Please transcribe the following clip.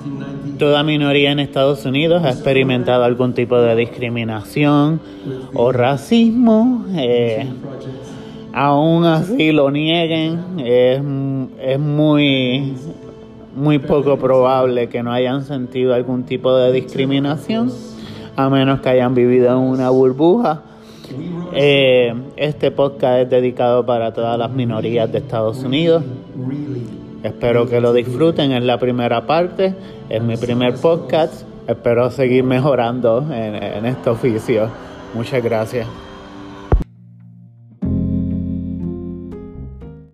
Toda minoría en Estados Unidos ha experimentado algún tipo de discriminación o racismo. Aún así lo nieguen, es muy poco probable que no hayan sentido algún tipo de discriminación, a menos que hayan vivido en una burbuja. Este podcast es dedicado para todas las minorías de Estados Unidos. Espero que lo disfruten. Es la primera parte, es mi primer podcast. Espero seguir mejorando en este oficio. Muchas gracias.